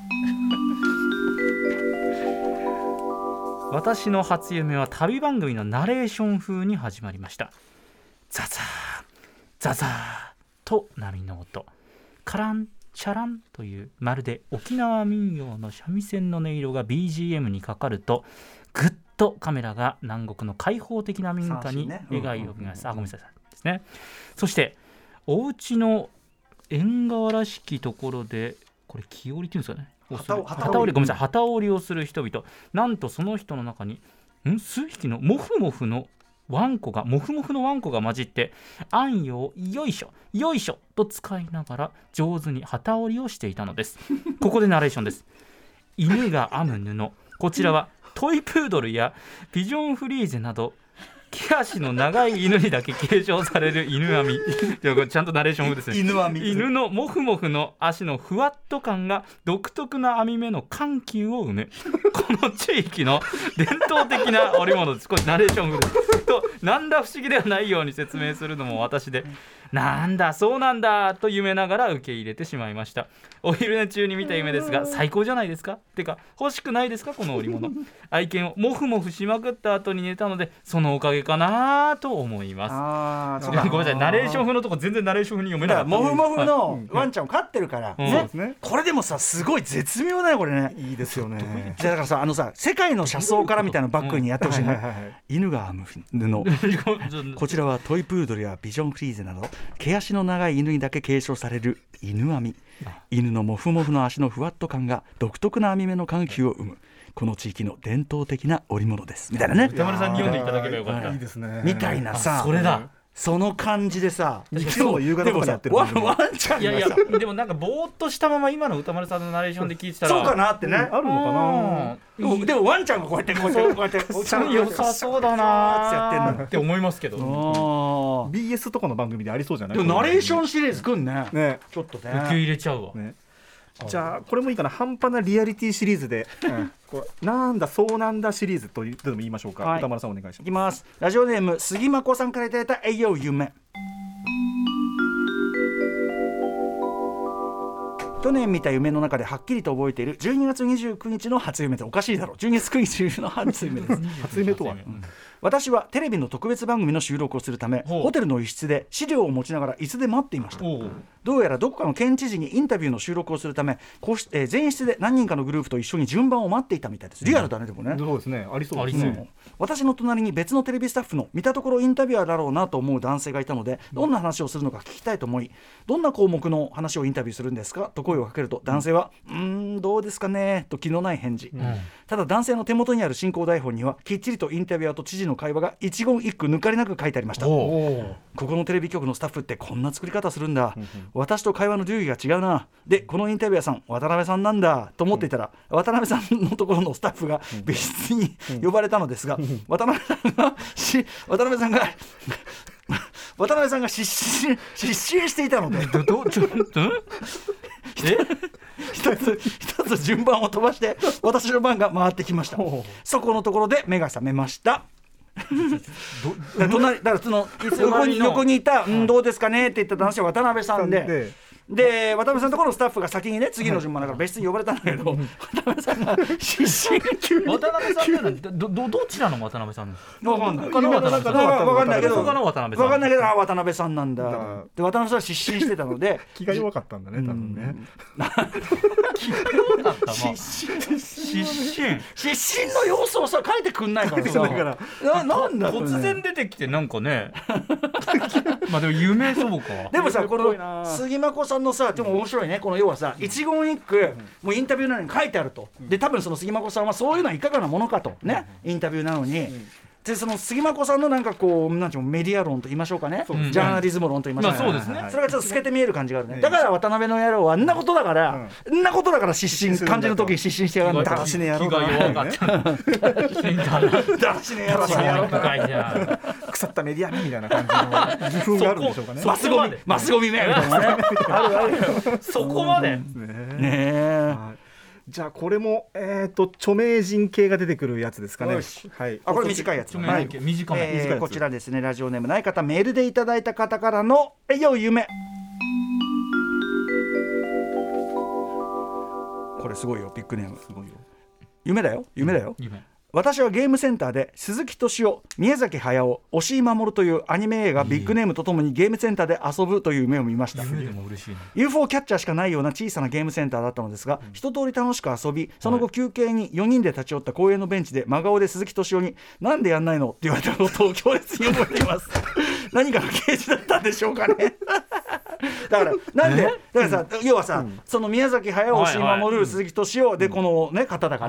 私の初夢は旅番組のナレーション風に始まりました。ザザーザザーと波の音、カランチャランというまるで沖縄民謡の三味線の音色が BGM にかかると、ぐっとカメラが南国の開放的な民家に描いておきます。ごめんなさいですね。そしてお家の縁側らしきところで、これ木織りっていうんですかね、旗織りをする人々、なんとその人の中に数匹のモフモフのワンコが混じって、あんよをよいしょよいしょと使いながら上手に旗織りをしていたのです。ここでナレーションです。犬が編む布、こちらはトイプードルやピジョンフリーゼなど毛足の長い犬にだけ継承される犬編みちゃんとナレーションですね。犬のモフモフの足のふわっと感が独特な編み目の緩急を生むこの地域の伝統的な織物です。これナレーションですと、なんだ不思議ではないように説明するのも私で、なんだそうなんだと夢ながら受け入れてしまいました。お昼寝中に見た夢ですが最高じゃないですか。てか欲しくないですか、この織物。愛犬をモフモフしまくった後に寝たので、そのおかげかなと思います。ごめんなさい、ナレーション風のとこ全然ナレーション風に読めなかった。 モフモフのワンちゃんを飼ってるから、これでもさすごい絶妙だよこれね。 いいですよね。 だからさ、世界の車窓からみたいなバックにやってほしいね。犬が編む布、こちらはトイプードルやビジョンフリーゼなど毛足の長い犬にだけ継承される犬編み。犬のモフモフの足のふわっと感が独特な編み目の緩急を生むこの地域の伝統的な織物ですみたいなね。 歌丸さんに読んでいただければよかった。 いいですね。 みたいなさ、 それだ、 その感じでさ、 今日夕方とかやってるワンちゃんがさ、 でもなんかぼーっとしたまま今の歌丸さんのナレーションで聞いてたらそうかなってね、 あるのかな。 でもワンちゃんがこうやって良さそうだなって思いますけど、 BS とかの番組でありそうじゃない。 でもナレーションシリーズくんね、ちょっとね受け入れちゃうわ。 じゃあこれもいいかな、半端なリアリティシリーズで、なんだそうなんだシリーズとでも言いましょうか。歌丸さんお願いします。 いきます。ラジオネーム杉真子さんからいただいた栄養夢。去年見た夢の中ではっきりと覚えている12月29日の初夢っておかしいだろ、12月29日の初夢です。 初夢とは、 私はテレビの特別番組の収録をするためホテルの一室で資料を持ちながら椅子で待っていました。どうやらどこかの県知事にインタビューの収録をするため前室で何人かのグループと一緒に順番を待っていたみたいです。リアルだね、でもね。 そうですね、ありそうですね。 私の隣に別のテレビスタッフの見たところインタビュアーだろうなと思う男性がいたので、どんな話をするのか聞きたいと思い、どんな項目の話をインタビューするんですかと声をかけると、男性はどうですかねと気のない返事。ただ男性の手元にある進行台本にはきっちりとインタビュアーと知事の会話が一言一句抜かりなく書いてありました。ここのテレビ局のスタッフってこんな作り方するんだ、私と会話の流儀が違うな、でこのインタビュアーさん渡辺さんなんだと思っていたら、渡辺さんのところのスタッフが別室に呼ばれたのですが、渡辺さんが失神していたので一つ順番を飛ばして私の番が回ってきました。そこのところで目が覚めました。だからその横にいた、どうですかねって言った男性は渡辺さんで、渡辺さんのところのスタッフが先にね次の順番だから別室に呼ばれたんだけど、渡辺さんが失神渡辺さんってどっちなの渡辺さん分かんない分かんないけど渡辺さんなんだ。で渡辺さんは失神してたので気が弱かったんだね、多分ね。 気が弱かった失神の様子をさ書いてくんないからさなんだ突然出てきてなんかねまあでも夢そうか。 でもさこの杉真子さんのさでも面白いね、この要はさ一言一句もうインタビューなのに書いてあると。で多分その杉真子さんはそういうのはいかがなものかとね、インタビューなのに、でその杉真子さんのなんかこうなんていうのメディア論と言いましょうかね、ジャーナリズム論と言いましょうか、 そうですね。 それがちょっと透けて見える感じがあるね。だから渡辺の野郎はあんなことだから失神漢字の時に失神してやがるんだ。 だらしね野郎気が弱かっただらしね野郎腐ったメディアみたいな感じの自負があるんでしょうかね。 マスゴミめみたいなねあるそこまでねえ。 じゃあこれも著名人系が出てくるやつですかね。 はい、これ短いやつ、 短め、 こちらですね、ラジオネームない方メールでいただいた方からの夢。これすごいよ、ビッグネームすごいよ。夢だよ。私はゲームセンターで鈴木敏夫、宮崎駿、押井守というアニメ映画ビッグネームとともにゲームセンターで遊ぶという夢を見ました。UFO キャッチャーしかないような小さなゲームセンターだったのですが、一通り楽しく遊び、その後休憩に4人で立ち寄った公園のベンチで真顔で鈴木敏夫になんでやんないのって言われたことを強烈に覚えています何かの刑事だったんでしょうかねだからなんでだからさ、要はさ、その宮崎駿、押井守、鈴木敏夫でこのね方だから、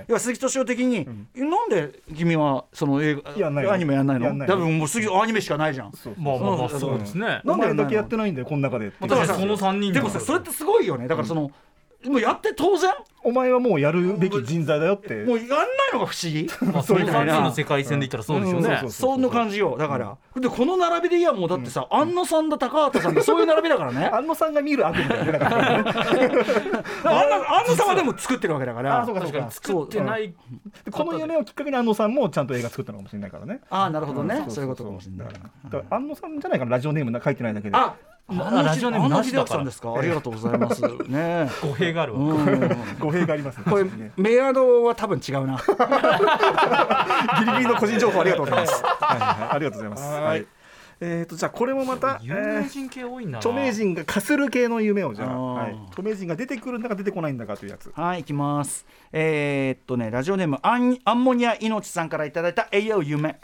要は鈴木敏夫的になんで君はその映画アニメやんないの？だからもうアニメしかないじゃん。 まあそうですね。 なんでだけやってないんだよこの中で。 だからその3人でもさそれってすごいよね。だからそのもうやって当然お前はもうやるべき人材だよってもうやんないのが不思議その3人の世界線で言ったらそうですよね。 そんな感じよ。だからでこの並びでいやもうだってさ安野さんだ高畑さんだそういう並びだからね安野さんが見る悪夢だよね安野さんはでも作ってるわけだからそうか作ってないこの夢をきっかけに安野さんもちゃんと映画作ったのかもしれないからね。 なるほどね。そういうことかもしれない。 安野さんじゃないかなラジオネーム書いてないだけで。 ラジオネームなしだから。ありがとうございますね。 語弊があるわ。 語弊がありますね。 これメアドは多分違うな。 ギリギリの個人情報ありがとうございます。ありがとうございます。はい。じゃあこれもまた有名人系多いな。 著名人がかする系の夢をじゃあ著名人が出てくるんだか出てこないんだかというやつ。 はい、いきます。ラジオネームアンモニア命さんからいただいた夢。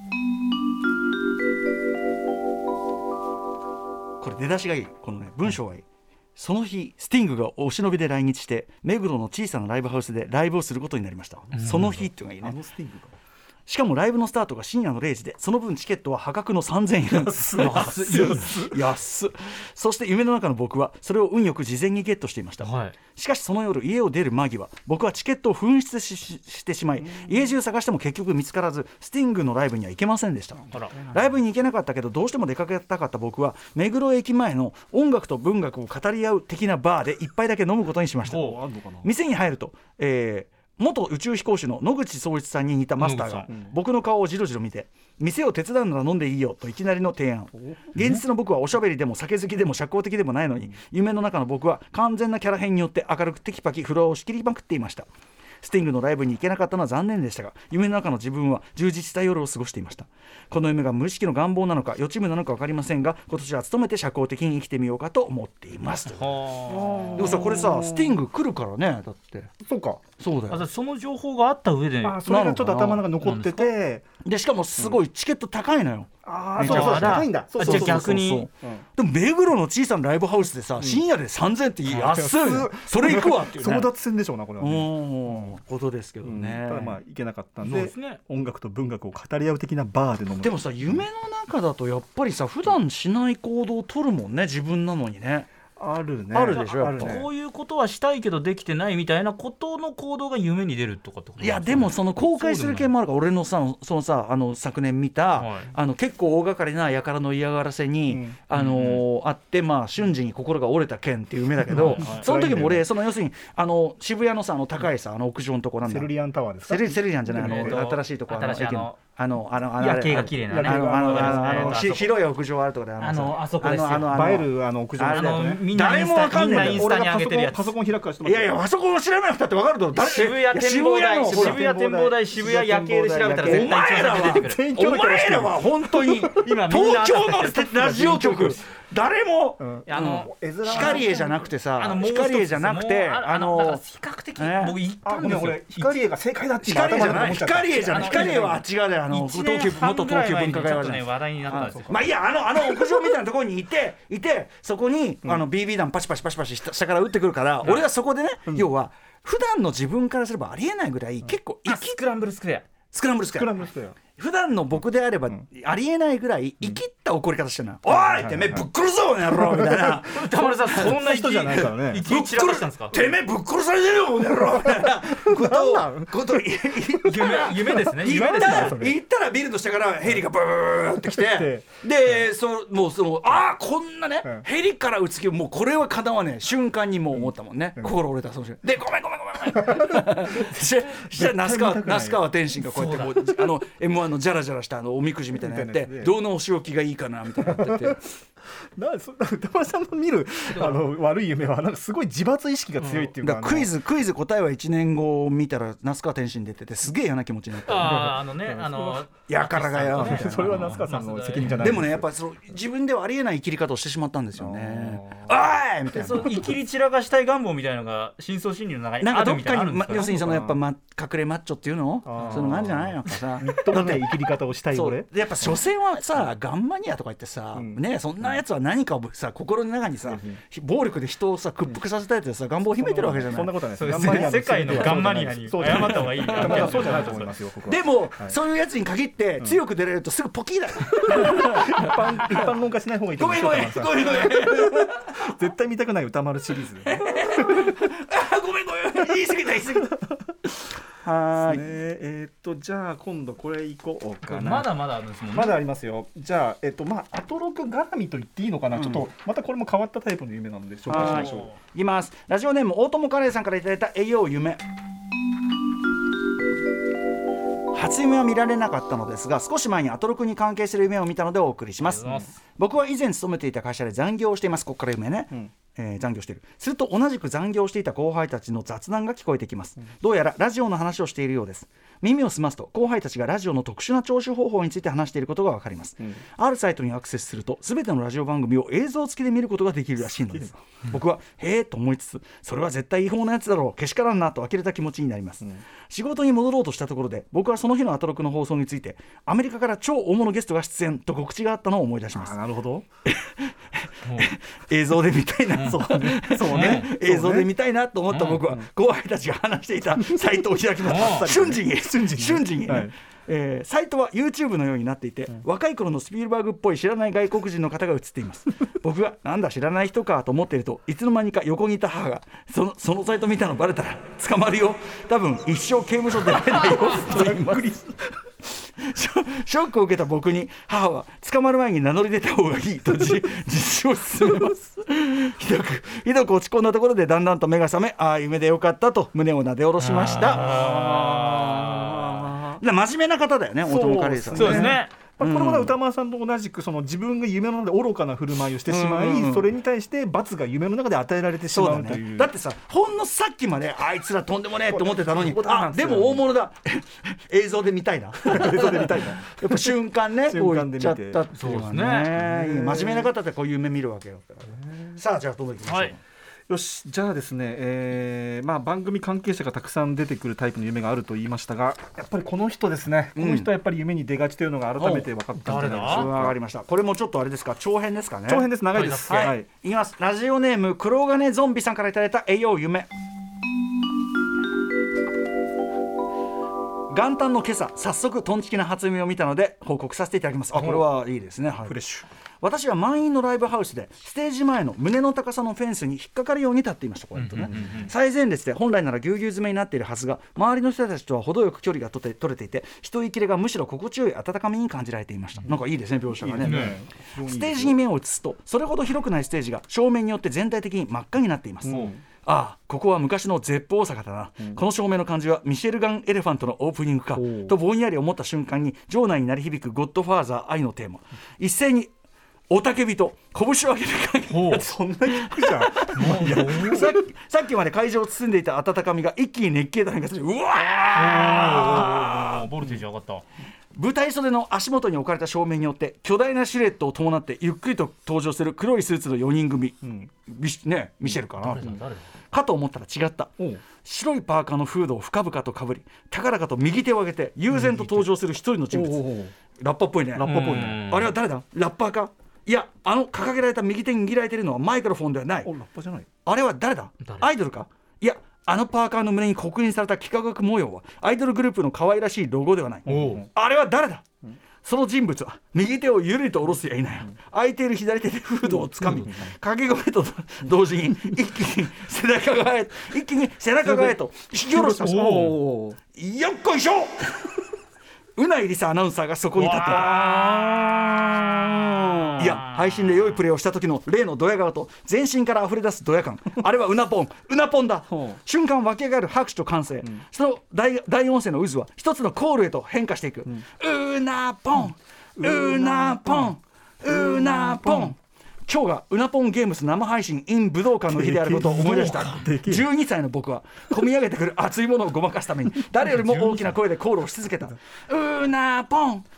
これ出だしがいい。このね文章がいい。その日スティングがお忍びで来日して目黒の小さなライブハウスでライブをすることになりました。その日っていうのがいいね。 スティングか。 しかもライブのスタートが深夜の0時でその分チケットは破格の3000円安っ。そして夢の中の僕はそれを運よく事前にゲットしていました、しかしその夜家を出る間際僕はチケットを紛失してしまい家中探しても結局見つからずスティングのライブには行けませんでした。ライブに行けなかったけどどうしても出かけたかった僕は目黒駅前の音楽と文学を語り合う的なバーで一杯だけ飲むことにしました。店に入ると、元宇宙飛行士の野口聡一さんに似たマスターが僕の顔をじろじろ見て店を手伝うなら飲んでいいよといきなりの提案。現実の僕はおしゃべりでも酒好きでも社交的でもないのに夢の中の僕は完全なキャラ変によって明るくテキパキフロアを仕切りまくっていました。 スティングのライブに行けなかったのは残念でしたが、夢の中の自分は充実した夜を過ごしていました。この夢が無意識の願望なのか予知夢なのか分かりませんが、今年は努めて社交的に生きてみようかと思っています。でもさ、これさスティング来るからね。だってそうか、 そうだよ。 その情報があった上で、 それがちょっと頭の中に残ってて、 でしかもすごいチケット高いのよ。 そう高いんだ。 じゃあ逆にでも目黒の小さなライブハウスでさ、深夜で3000って安い、それ行くわっていうね。 争奪戦でしょうなこれはね。ことですけどね。 ただまあ行けなかったんで、音楽と文学を語り合う的なバーで飲む。 でもさ、夢の中だとやっぱりさ、普段しない行動を取るもんね、自分なのにね。 あるね。 あるでしょ、やっぱ。 こういうことはしたいけどできてないみたいなことの行動が夢に出るとかってこと。 いやでもその公開する件もあるから、俺のさ、そのさ、昨年見た、結構大掛かりな輩の嫌がらせに、あって、まあ瞬時に心が折れた件っていう夢だけど、その時も俺要するに渋谷のさ、高いさ、屋上のとこなんだ、 セルリアンタワーですか。 セルリアンじゃない、新しいとこ、 新しい夜景が綺麗な広い屋上あるとこで、 あそこですよ。 映える屋上、 誰もわかんない。 インスタに上げてるやつ。 パソコン開くからしてます。いやいや、パソコン知らなくたってわかると。 渋谷展望台、渋谷夜景で調べたら絶対一番出てくる。 お前らは本当に東京のラジオ局誰も光栄じゃなくてさ、光栄じゃなくて、 比較的僕言ったんですよ。 光栄が正解だって光栄じゃない、光栄じゃない、光栄は違うで、元東急文化会話じゃない。 話題になったんですよ。 まあいいや、屋上みたいなところにいてそこにBB 弾パシパシ下から撃ってくるから、俺はそこでね、要は普段の自分からすればありえないぐらい結構スクランブルスクエア普段の僕であればありえないぐらい生きった怒り方してるな。おいてめえぶっ殺そうやろみたいな。 歌丸さんそんな人じゃないからね。生き散らかしたんですか。 てめえぶっ殺されてるよやろみたいなこと夢ですね。 言ったらビルの下からヘリがブーってきて、でもうこんなねヘリから撃つ気もうこれはかなわねえ瞬間にもう思ったもんね。心折れたその瞬間でごめんしたら那須川天心がこうやってもうM1 のジャラジャラしたおみくじみたいなのやって、どのお仕置きがいいかなみたいなやってて歌丸さんの見る悪い夢はなんかすごい自罰意識が強いっていうか、 クイズ答えは1年後見たら那須川天心出ててすげえ嫌な気持ちになった。やからがよみたいな。 それは那須川さんの責任じゃない。 でもね、やっぱ自分ではありえない生きり方をしてしまったんですよね。おいみたいな。 生きり散らかしたい願望みたいなのが深層心理の中にあるみたいな。 要するにやっぱ隠れマッチョっていうのそのなんじゃないのかさ。 どんな生きり方をしたい俺。 やっぱ所詮はさガンマニアとか言ってさね、そんなやつは何かをさ心の中にさ暴力で人をさ屈服させたいってさ願望を秘めてるわけじゃない。 そんなことはないです。 世界のガンマニアに謝った方がいい。 そうじゃないと思いますよ。 でもそういうやつに限って強く出られるとすぐポキーだよ。 一般論化しない方がいいと思います。 ごめん絶対見たくない歌丸シリーズでね。 ごめん言い過ぎたはい。 じゃあ今度これいこうかな。 まだまだあるんですもんね。 まだありますよ。じゃあアトロク絡みと言っていいのかな。ちょっとまたこれも変わったタイプの夢なので紹介しましょう。 いきます。ラジオネーム大友カレーさんからいただいた栄養夢。初夢は見られなかったのですが、少し前にアトロクに関係する夢を見たのでお送りします。僕は以前勤めていた会社で残業をしています。ここから夢ね、残業している。すると同じく残業していた後輩たちの雑談が聞こえてきます。どうやらラジオの話をしているようです。耳を澄ますと後輩たちがラジオの特殊な聴取方法について話していることが分かります。あるサイトにアクセスすると全てのラジオ番組を映像付きで見ることができるらしいのです。僕はへーと思いつつ、それは絶対違法なやつだろう、けしからんなと呆れた気持ちになります。仕事に戻ろうとしたところで、僕はその日のアトロクの放送についてアメリカから超大物ゲストが出演と告知があったのを思い出します。 なるほど。 映像で見たいな、そうね、映像で見たいなと思った僕は後輩たちが話していたサイトを開きます。瞬時に、サイトは YouTube のようになっていて、若い頃のスピルバーグっぽい知らない外国人の方が映っています。僕がなんだ知らない人かと思っていると、いつの間にか横にいた母がそのサイト見たのバレたら捕まるよ、多分一生刑務所で会えないよと言います。ショックを受けた僕に母は捕まる前に名乗り出た方がいいと実証を進めます。ひどく落ち込んだところでだんだんと目が覚め、夢でよかったと胸をなで下ろしました。真面目な方だよね、大友カレーさん。 そうですね。 これも歌丸さんと同じくその自分が夢の中で愚かな振る舞いをしてしまい、それに対して罰が夢の中で与えられてしまうという。 だってさ、ほんのさっきまであいつらとんでもねえって思ってたのに、あでも大物だ映像で見たいな映像で見たいなやっぱ瞬間ねこう言っちゃったっていうのはね、真面目な方ってこういう夢見るわけよ。さあじゃあどんどんいきましょう。 よし、じゃあですね、番組関係者がたくさん出てくるタイプの夢があると言いましたが、やっぱりこの人ですね、この人はやっぱり夢に出がちというのが改めて分かったんじゃないでしょうか。 分かりました。これもちょっとあれですか、長編ですかね。 長編です、長いです。 はい、いきます。ラジオネーム黒金ゾンビさんからいただいた栄養夢。元旦の今朝、早速トンチキな初夢を見たので報告させていただきます。これはいいですね、はい、 フレッシュ。 私は満員のライブハウスでステージ前の胸の高さのフェンスに引っかかるように立っていました。こうやってね、最前列で本来ならぎゅうぎゅう詰めになっているはずが、周りの人たちとは程よく距離が取れていて、一息切れがむしろ心地よい温かみに感じられていました。なんかいいですね、描写がね。ステージに目を移すと、それほど広くないステージが照明によって全体的に真っ赤になっています。ああ、ここは昔の絶望大阪だな、この照明の感じはミシェルガン・エレファントのオープニングかとぼんやり思った瞬間に、場内に鳴り響くゴッドファーザー愛のテーマ、一斉に雄たけびと拳を上げてそんな曲じゃんさっきまで会場を包んでいた温かみが一気に熱気へと変化する。うわボルテージ上がった。 舞台袖の足元に置かれた照明によって巨大なシルエットを伴ってゆっくりと登場する黒いスーツの4人組、ミシェルかなかと思ったら違った。白いパーカーのフードを深々とかぶり、高々と右手を上げて悠然と登場する一人の人物。ラッパっぽいね。あれは誰だ？ラッパーか？いや、掲げられた右手に握られているのはマイクロフォンではない。 ラッパじゃない。 あれは誰だ？アイドルか？いや、パーカーの胸に刻印された幾何学模様はアイドルグループの可愛らしいロゴではない。あれは誰だ？その人物は右手をゆるりと下ろすやいなや、空いている左手でフードをつかみ、掛け声と同時に一気に背中側へと引き下ろしました。よっこいしょうないりさアナウンサーがそこに立っていた。いや、配信で良いプレーをした時の例のドヤ顔と全身から溢れ出すドヤ感、あれはうなぽんだ瞬間湧き上がる拍手と歓声、その大音声の渦は一つのコールへと変化していく。うなぽん今日がうなぽんゲームス生配信 in 武道館の日であることを思い出した12歳の僕は、込み上げてくる熱いものをごまかすために誰よりも大きな声でコールをし続けた。うなぽん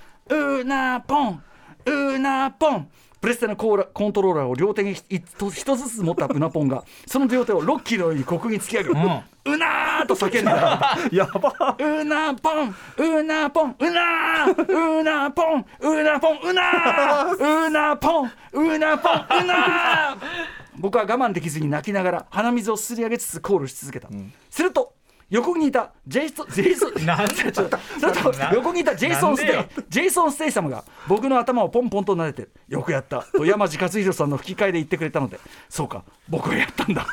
プレステのコントローラーを両手に一つずつ持ったうなぽんが、その両手をロッキーのように刻に突き上げ、うなーと叫んだ。 やばうなぽん僕は我慢できずに泣きながら鼻水をすり上げつつコールし続けた。すると横にいたジェイソンステイサムが僕の頭をポンポンと撫でて、よくやったと山地勝弘さんの吹き替えで言ってくれたので、そうか、僕はやったんだ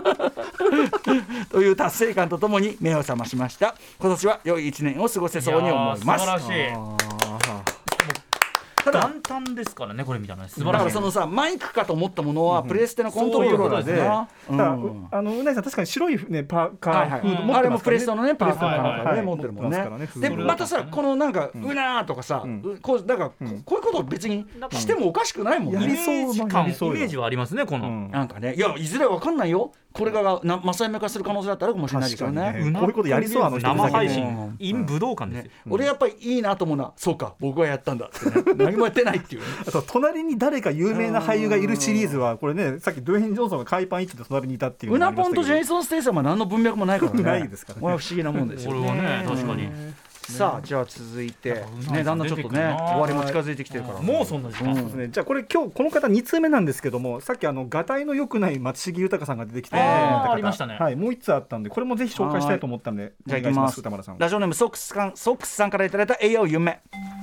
という達成感とともに目を覚ましました。今年は良い1年を過ごせそうに思います。 素晴らしい。元旦ですからね、これみたいな。素晴らしい。 だからそのさ、マイクかと思ったものはプレステのコントローラーで、うなぎさん確かに白いねパーカーフード持ってますからね。 あれもプレステのねパーカーで持ってるもんね。でまたさ、このなんかうなーとかさ、こうだからこういうことを別にしてもおかしくないもんね。 イメージはありますね、このなんかね。いや、いずれわかんないよ。これが正夢化する可能性だったらかもしれないですよね。 こういうことやりそうなの生配信 in 武道館ですよ。 俺やっぱりいいなと思うのは、そうか、僕はやったんだって何もやってないっていう。 あと隣に誰か有名な俳優がいるシリーズはこれね、さっきドゥエイン・ジョンソンが海パン一丁で隣にいたっていううなぽんとジェイソン・ステイサムは何の文脈もないからね。 ないですからね。 これは不思議なもんですよね。 これはね、確かに。 さあ、じゃあ続いてね、だんだんちょっとね終わりも近づいてきてるから、 もうそんな時間ですね。じゃあこれ今日この方2通目なんですけども、さっきがたいの良くない松重豊さんが出てきて、 ありましたね。 はい、もう1通あったんで、これもぜひ紹介したいと思ったんで、 じゃあいきます。ラジオネームソックスさんからいただいた栄養夢。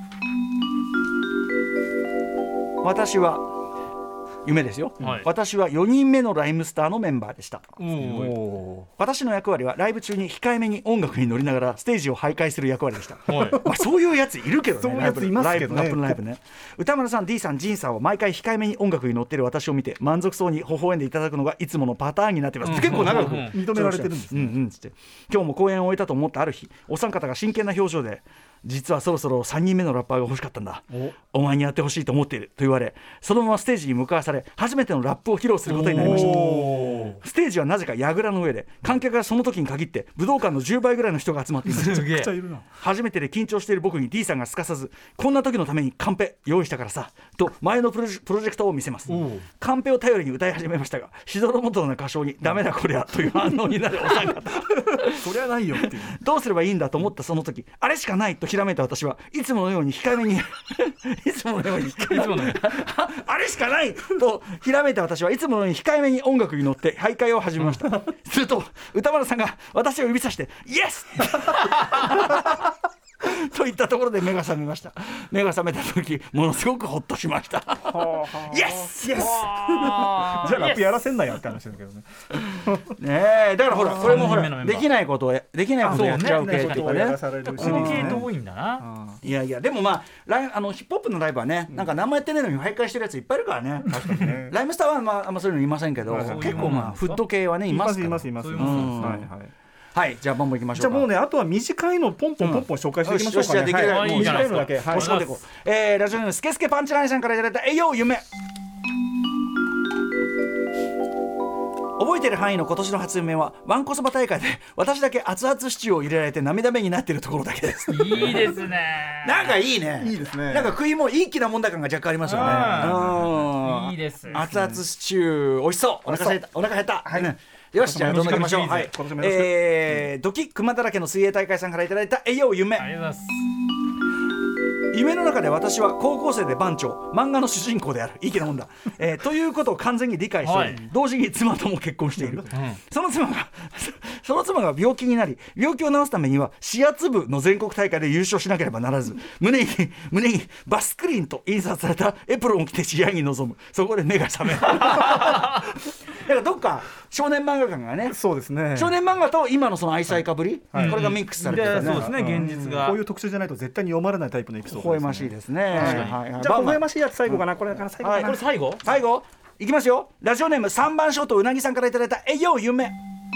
私は夢ですよ、私は4人目のライムスターのメンバーでした。私の役割はライブ中に控えめに音楽に乗りながらステージを徘徊する役割でした。そういうやついるけどね。 そういうやついますけどね。 ライブね。歌丸さん、 D さん、ジンさんは毎回控えめに音楽に乗っている私を見て満足そうに微笑んでいただくのがいつものパターンになっています。結構長く認められてるんですね。 つって今日も公演を終えたと思ったある日、お三方が真剣な表情で、 実はそろそろ3人目のラッパーが欲しかったんだ、お前にやってほしいと思っていると言われ、そのままステージに向かわされ初めてのラップを披露することになりました。ステージはなぜか櫓の上で、観客がその時に限って武道館の10倍ぐらいの人が集まっています。初めてで緊張している僕に D さんがすかさず、こんな時のためにカンペ用意したからさと前のプロジェクターを見せます。カンペを頼りに歌い始めましたが、しどろもどろな歌唱にダメだこりゃという反応になるお三方そりゃないよっていうどうすればいいんだと思ったその時、あれしかないとひらめいた私はいつものように控えめにいつものようにあれしかないとひらめいた私はいつものように控えめに音楽に乗って徘徊を始めましたすると歌丸さんが私を指さしてイエスといったところで目が覚めました。目が覚めた時ものすごくホッとしましたイエスイエスじゃあラップやらせんなよって話だけどねねえ、だからほらこれもほらできないことをやっちゃう系というかね、 この系統多いんだな。 いやいやでもまあヒップホップのライブはね、なんか何もやってないのに徘徊してるやついっぱいいるからね。確かにねライムスターはまああんまそういうのいませんけど、結構まあフット系はねいますから。 いますはい、じゃあボンボンいきましょうか。 じゃあもうね、あとは短いのポンポン紹介していきましょうかね。 短いのだけ押し込んでいこう。ラジオネームスケスケパンチラインさんからいただいたえよ夢。覚えてる範囲の今年の初夢はわんこそば大会で私だけ熱々シチューを入れられて涙目になっているところだけです。 いいですねなんかいいね。いいですね。なんか食いもいい気なもんだ感が若干ありますよね。 いいですね。 熱々シチュー美味しそう。お腹減った。はい、よし、じゃあどんどんいきましょう。はい、ドキ熊だらけの水泳大会さんからいただいたえよ夢。 ありがとうございます。 夢の中で私は高校生で番長、漫画の主人公である。いい気なもんだ、ということを完全に理解しており、同時に妻とも結婚している、その妻が病気になり、病気を治すためには視圧部の全国大会で優勝しなければならず、胸にバスクリーンと印刷されたエプロンを着て試合に臨む。そこで目が覚めるだからどっか少年漫画感がね、 そうですね、 少年漫画と今のその愛妻家ぶり、これがミックスされてるね。 そうですね、現実がこういう特集じゃないと絶対に読まれないタイプのエピソード。 微笑ましいですね。 じゃあ微笑ましいやつ最後かな。これから最後かな。 これ最後いきますよ。ラジオネーム3番ショートうなぎさんからいただいたえよ夢。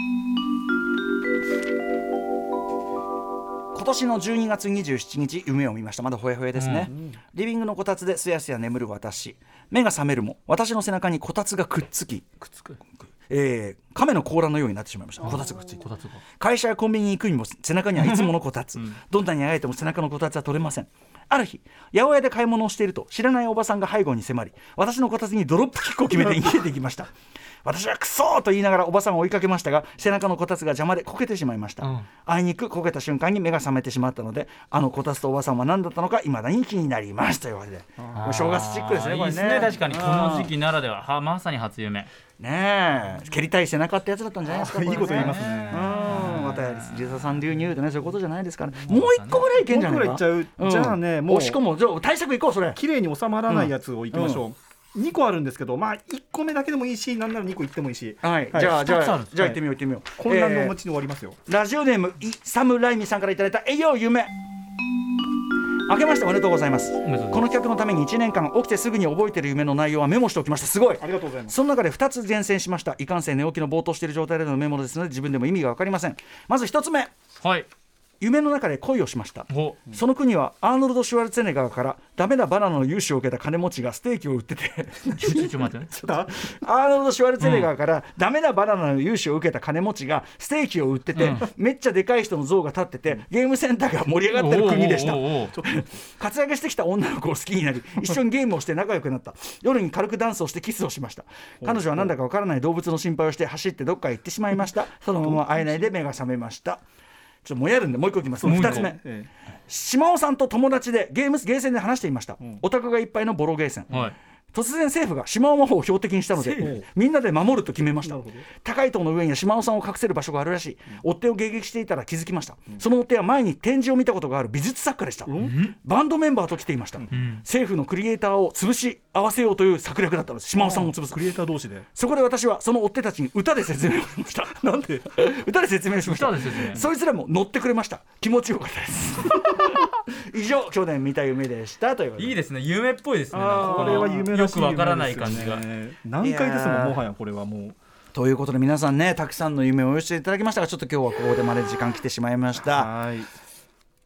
今年の12月27日夢を見ました。まだほやほやですね、リビングのこたつですやすや眠る私。目が覚めるも私の背中にこたつがくっつき亀の甲羅のようになってしまいました。こたつがくっついて、会社やコンビニに行くにも背中にはいつものこたつ、どんなにあえても背中のこたつは取れません。ある日八百屋で買い物をしていると知らないおばさんが背後に迫り、私のこたつにドロップキックを決めて逃げていきました私はクソーと言いながらおばさんを追いかけましたが、背中のこたつが邪魔でこけてしまいました、あいにくこけた瞬間に目が覚めてしまったので、あのこたつとおばさんは何だったのか未だに気になりますというわけで、正月チックですね。これね、いいですね。 確かにこの時期ならでは、まさに初夢ねえ、蹴りたい背中ってやつだったんじゃないですか。 いいこと言いますね。 またリサさん流入でね、そういうことじゃないですから、もう一個ぐらいいけんじゃないか。 じゃあね、もうしかも対策いこう。それ綺麗に収まらないやつをいきましょう。2個あるんですけど、まあ1個目だけでもいいし、なんなら2個いってもいいし、 はい、じゃあ行ってみよう。 混乱のお持ちに終わりますよ。 ラジオネームイサムライミさんからいただいたえよ夢。明けましておめでとうございます。この企画のために1年間起きてすぐに覚えている夢の内容はメモしておきました。すごい、 ありがとうございます。 その中で2つ厳選しました。いかんせん寝起きのぼーっとしている状態でのメモですので自分でも意味が分かりません。まず1つ目、夢の中で恋をしました。その国はアーノルド・シュワルツェネッガーからダメなバナナの融資を受けた金持ちがステーキを売っててちょっと待ってねアーノルド・シュワルツェネッガーからダメなバナナの融資を受けた金持ちがステーキを売ってて、めっちゃでかい人の像が立っててゲームセンターが盛り上がってる国でした。活躍してきた女の子を好きになり一緒にゲームをして仲良くなった。夜に軽くダンスをしてキスをしました。彼女はなんだかわからない動物の心配をして走ってどっかへ行ってしまいました。そのまま会えないで目が覚めました。ちょっともやるんでもう一個いきます。2つ目、島尾さんと友達でゲーセンで話していました。オタクがいっぱいのボロゲーセン、突然政府が島尾魔法を標的にしたのでみんなで守ると決めました。高い塔の上には島尾さんを隠せる場所があるらしい。追っ手を迎撃していたら気づきました。その追っ手は前に展示を見たことがある美術作家でした。バンドメンバーと来ていました。政府のクリエイターを潰し合わせようという策略だったのです。島尾さんを潰すクリエイター同士で。 そこで私はその追っ手たちに歌で説明をしましたなんで歌で説明しました。そいつらも乗ってくれました。気持ちよかったです以上去年見た夢でしたということで。 いいですね、夢っぽいですね。 これは夢らしい夢ですよね。 よくわからない感じが難解ですもん、もはやこれはもう。 ということで皆さんね、たくさんの夢をお寄せいただきましたが、ちょっと今日はここでまで時間来てしまいました。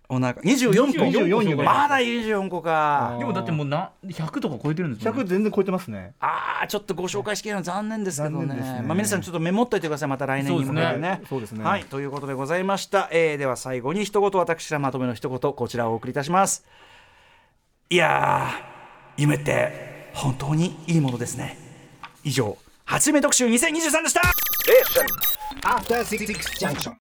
お腹24個まだ24個か。 でもだってもう100とか超えてるんですよね。 100全然超えてますね。 ちょっとご紹介しきれないの残念ですけどね。皆さんちょっとメモっといてください。また来年に向けてね。 そうですね。 はい、ということでございました。では最後に一言、私らまとめの一言、こちらをお送りいたします。いやー、夢って本当にいいものですね。以上、初夢特集2023でした。